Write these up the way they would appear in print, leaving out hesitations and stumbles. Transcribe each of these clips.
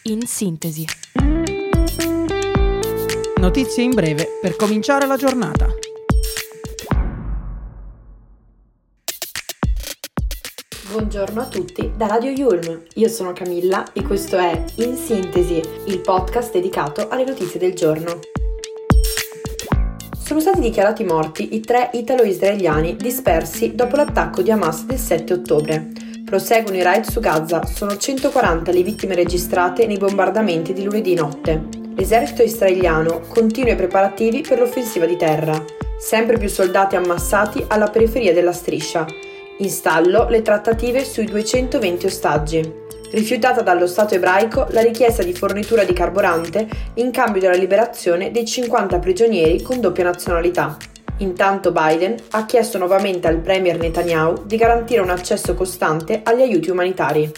in sintesi. Notizie in breve per cominciare la giornata. Buongiorno a tutti da Radio Yulm, io sono Camilla e questo è In Sintesi, il podcast dedicato alle notizie del giorno. Sono stati dichiarati morti i 3 italo-israeliani dispersi dopo l'attacco di Hamas del 7 ottobre. Proseguono i raid su Gaza, sono 140 le vittime registrate nei bombardamenti di lunedì notte. L'esercito israeliano continua i preparativi per l'offensiva di terra. Sempre più soldati ammassati alla periferia della striscia. In stallo le trattative sui 220 ostaggi. Rifiutata dallo Stato ebraico la richiesta di fornitura di carburante in cambio della liberazione dei 50 prigionieri con doppia nazionalità. Intanto Biden ha chiesto nuovamente al premier Netanyahu di garantire un accesso costante agli aiuti umanitari.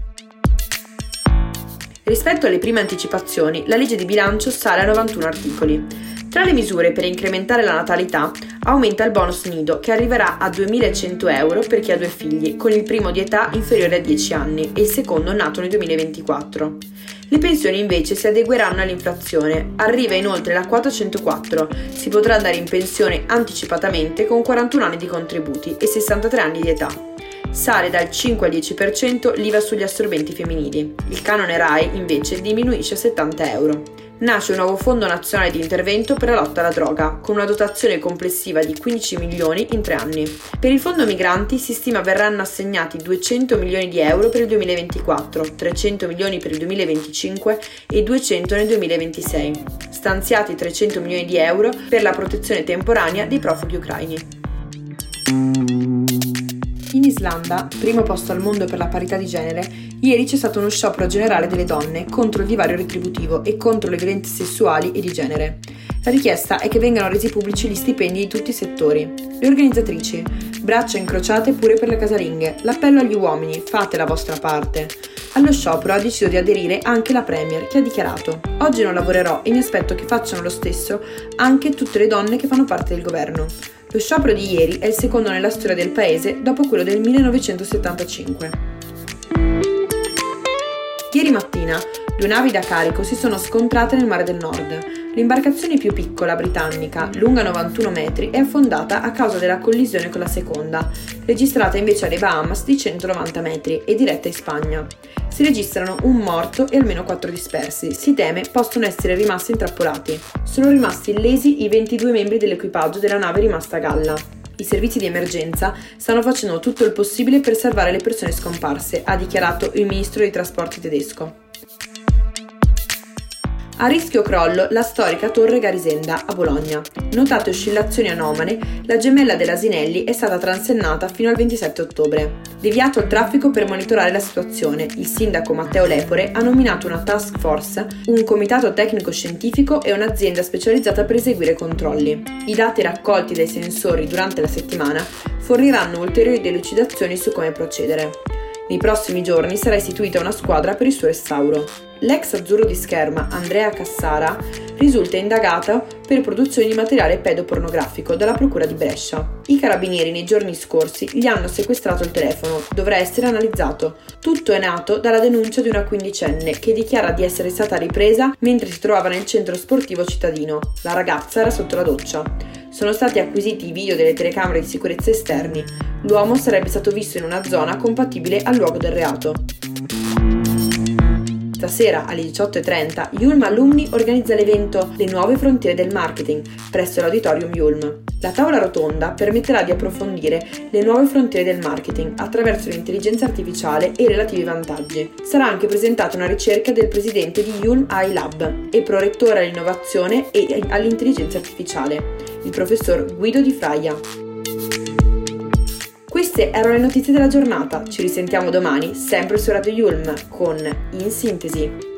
Rispetto alle prime anticipazioni, la legge di bilancio sale a 91 articoli. Tra le misure per incrementare la natalità, aumenta il bonus nido che arriverà a 2.100 euro per chi ha 2 figli, con il primo di età inferiore a 10 anni e il secondo nato nel 2024. Le pensioni invece si adegueranno all'inflazione, arriva inoltre la quota 104, si potrà andare in pensione anticipatamente con 41 anni di contributi e 63 anni di età. Sale dal 5 al 10% l'IVA sugli assorbenti femminili. Il canone RAI invece diminuisce a 70 euro. Nasce un nuovo fondo nazionale di intervento per la lotta alla droga, con una dotazione complessiva di 15 milioni in 3 anni. Per il fondo migranti si stima verranno assegnati 200 milioni di euro per il 2024, 300 milioni per il 2025 e 200 nel 2026. Stanziati 300 milioni di euro per la protezione temporanea dei profughi ucraini. In Islanda, primo posto al mondo per la parità di genere, ieri c'è stato uno sciopero generale delle donne contro il divario retributivo e contro le violenze sessuali e di genere. La richiesta è che vengano resi pubblici gli stipendi di tutti i settori. Le organizzatrici: braccia incrociate pure per le casalinghe, l'appello agli uomini, fate la vostra parte. Allo sciopero ha deciso di aderire anche la premier, che ha dichiarato: oggi non lavorerò e mi aspetto che facciano lo stesso anche tutte le donne che fanno parte del governo. Lo sciopero di ieri è il secondo nella storia del paese dopo quello del 1975. Ieri mattina 2 navi da carico si sono scontrate nel Mare del Nord. L'imbarcazione più piccola, britannica, lunga 91 metri, è affondata a causa della collisione con la seconda, registrata invece alle Bahamas di 190 metri e diretta in Spagna. Si registrano un morto e almeno 4 dispersi. Si teme possano essere rimasti intrappolati. Sono rimasti illesi i 22 membri dell'equipaggio della nave rimasta a galla. I servizi di emergenza stanno facendo tutto il possibile per salvare le persone scomparse, ha dichiarato il ministro dei trasporti tedesco. A rischio crollo la storica Torre Garisenda a Bologna. Notate oscillazioni anomale, la gemella dell'Asinelli è stata transennata fino al 27 ottobre. Deviato il traffico per monitorare la situazione, il sindaco Matteo Lepore ha nominato una task force, un comitato tecnico-scientifico e un'azienda specializzata per eseguire controlli. I dati raccolti dai sensori durante la settimana forniranno ulteriori delucidazioni su come procedere. Nei prossimi giorni sarà istituita una squadra per il suo restauro. L'ex azzurro di scherma Andrea Cassara risulta indagato per produzione di materiale pedopornografico dalla procura di Brescia. I carabinieri nei giorni scorsi gli hanno sequestrato il telefono, dovrà essere analizzato. Tutto è nato dalla denuncia di una quindicenne che dichiara di essere stata ripresa mentre si trovava nel centro sportivo cittadino. La ragazza era sotto la doccia. Sono stati acquisiti i video delle telecamere di sicurezza esterni. L'uomo sarebbe stato visto in una zona compatibile al luogo del reato. Stasera alle 18:30 Yulm Alumni organizza l'evento Le nuove frontiere del marketing presso l'Auditorium Yulm. La tavola rotonda permetterà di approfondire le nuove frontiere del marketing attraverso l'intelligenza artificiale e i relativi vantaggi. Sarà anche presentata una ricerca del presidente di Yulm AI Lab e prorettore all'innovazione e all'intelligenza artificiale, il professor Guido Di Fraia. Queste erano le notizie della giornata. Ci risentiamo domani, sempre su Radio Yulm, con In Sintesi.